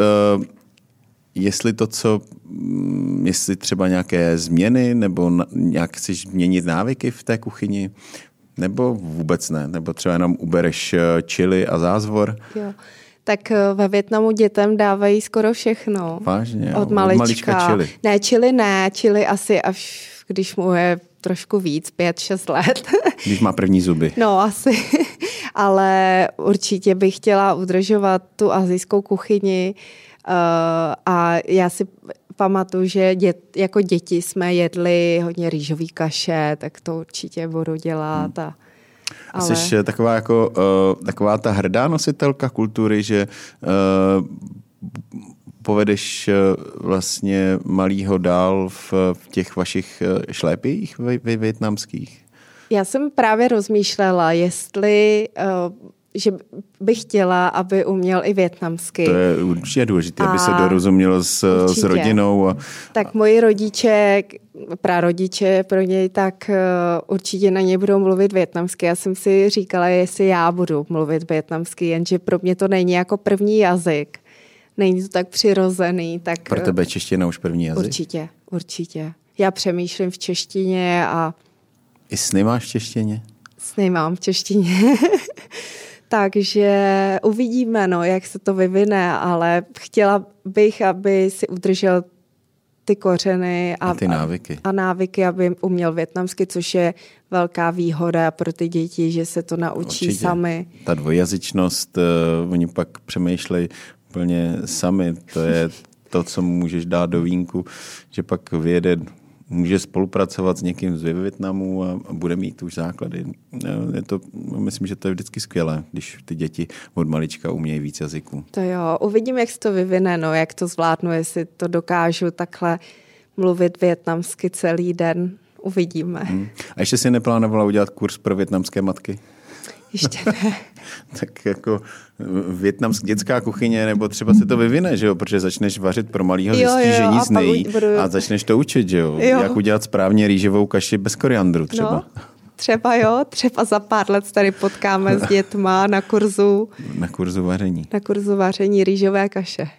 jestli to, co, jestli třeba nějaké změny, nebo na, nějak chceš změnit návyky v té kuchyni? Nebo vůbec ne? Nebo třeba jenom ubereš chili a zázvor? Jo. Tak ve Vietnamu dětem dávají skoro všechno. Vážně? Od malička. Od malička chili? Ne, chili ne. Chili asi až, když mu je trošku víc, pět, šest let. Když má první zuby. No, asi. Ale určitě bych chtěla udržovat tu asijskou kuchyni. Uh, a já si pamatuju, že dět, jako děti jsme jedli hodně rýžový kaše, tak to určitě budu dělat. A, ale... A jsi taková, jako, uh, taková ta hrdá nositelka kultury, že uh, povedeš uh, vlastně malýho dál v, v těch vašich šlépích vietnamských? Já jsem právě rozmýšlela, jestli... Uh, že bych chtěla, aby uměl i vietnamsky. To je určitě důležité, aby se dorozuměl s, s rodinou. A... Tak moji rodiče, prarodiče pro něj, tak určitě na něj budou mluvit vietnamsky. Já jsem si říkala, jestli já budu mluvit vietnamsky, jenže pro mě to není jako první jazyk. Není to tak přirozený. Tak... Pro tebe čeština už první jazyk? Určitě, určitě. Já přemýšlím v češtině a... I sny máš v češtině? Sny mám v češtině. Takže uvidíme, no, jak se to vyvine, ale chtěla bych, aby si udržel ty kořeny a, a ty návyky. A, a návyky, aby uměl vietnamsky, což je velká výhoda pro ty děti, že se to naučí určitě. Sami. Ta dvojazyčnost, uh, oni pak přemýšlejí úplně sami. To je to, co můžeš dát do vínku, že pak vyjede, může spolupracovat s někým z Vietnamu a bude mít už základy. Je to, myslím, že to je vždycky skvělé, když ty děti od malička umějí víc jazyků. To jo, uvidím, jak se to vyvine, no, jak to zvládnu, jestli to dokážu takhle mluvit vietnamsky celý den. Uvidíme. Hmm. A ještě si neplánovala udělat kurz pro vietnamské matky? Ještě ne. Tak jako vietnamská dětská kuchyně, nebo třeba se to vyvine, že jo? Protože začneš vařit pro malýho, zjistíš, že nic nejí budu... a začneš to učit, že jo? jo? Jak udělat správně rýžovou kaši bez koriandru třeba. No, třeba jo, třeba za pár let tady potkáme s dětma na kurzu. Na kurzu vaření. Na kurzu vaření rýžové kaše.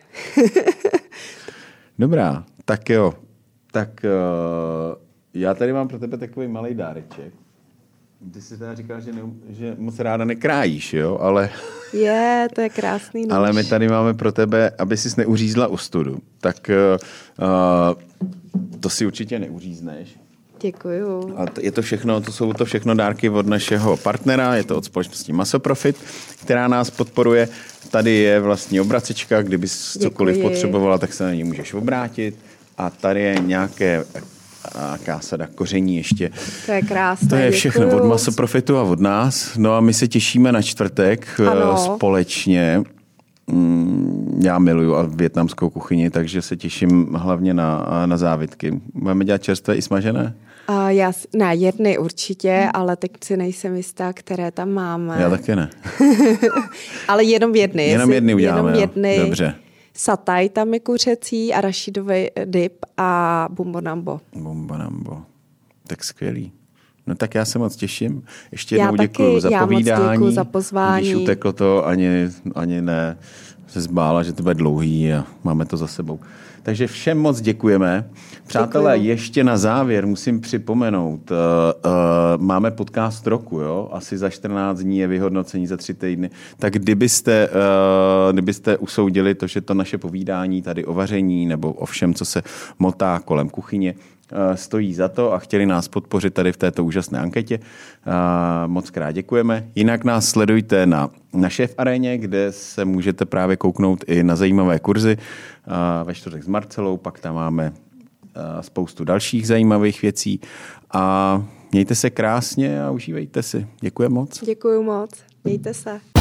Dobrá, tak jo. Tak uh, já tady mám pro tebe takový malý dáreček. Ty jsi teda říkal, že, ne, že moc ráda nekrájíš, jo, ale... Je, to je krásný nož. Ale my tady máme pro tebe, aby jsi neuřízla ostudu. Tak uh, to si určitě neuřízneš. Děkuju. A to, je to všechno, to jsou to všechno dárky od našeho partnera, je to od společnosti Masoprofit, která nás podporuje. Tady je vlastní obracečka, kdyby cokoliv potřebovala, tak se na ní můžeš obrátit. A tady je nějaké... a kásada koření ještě. To je krásné. To je všechno děkuju. Od Masoprofitu a od nás. No a my se těšíme na čtvrtek ano. společně mm, já miluju a vietnamskou kuchyni, takže se těším hlavně na, na závitky. Budeme dělat čerstvé i smažené? A já, ne, jedny určitě, ale teď si nejsem jistá, které tam máme. Já taky ne. Ale jenom jedny. Jenom jedny uděláme, jenom jedny. Jo. Dobře. Satay tam je kuřecí a rašidový dip a bumbonambo. Bumbonambo. Tak skvělý. No tak já se moc těším. Ještě já jednou taky, děkuju za já povídání. Moc děkuju za pozvání. Když uteklo to, ani, ani ne se zbála, že to bude dlouhý a máme to za sebou. Takže všem moc děkujeme. Přátelé, děkuju. Ještě na závěr musím připomenout, uh, uh, máme podcast roku, jo? Asi za čtrnáct dní je vyhodnocení, za tři týdny. Tak kdybyste, uh, kdybyste usoudili to, že to naše povídání tady o vaření nebo o všem, co se motá kolem kuchyně, stojí za to a chtěli nás podpořit tady v této úžasné anketě. Moc krát děkujeme. Jinak nás sledujte na, na Šéf Aréně, kde se můžete právě kouknout i na zajímavé kurzy ve čtvrtek s Marcelou, pak tam máme spoustu dalších zajímavých věcí a mějte se krásně a užívejte si. Děkuji moc. Děkuji moc. Mějte se.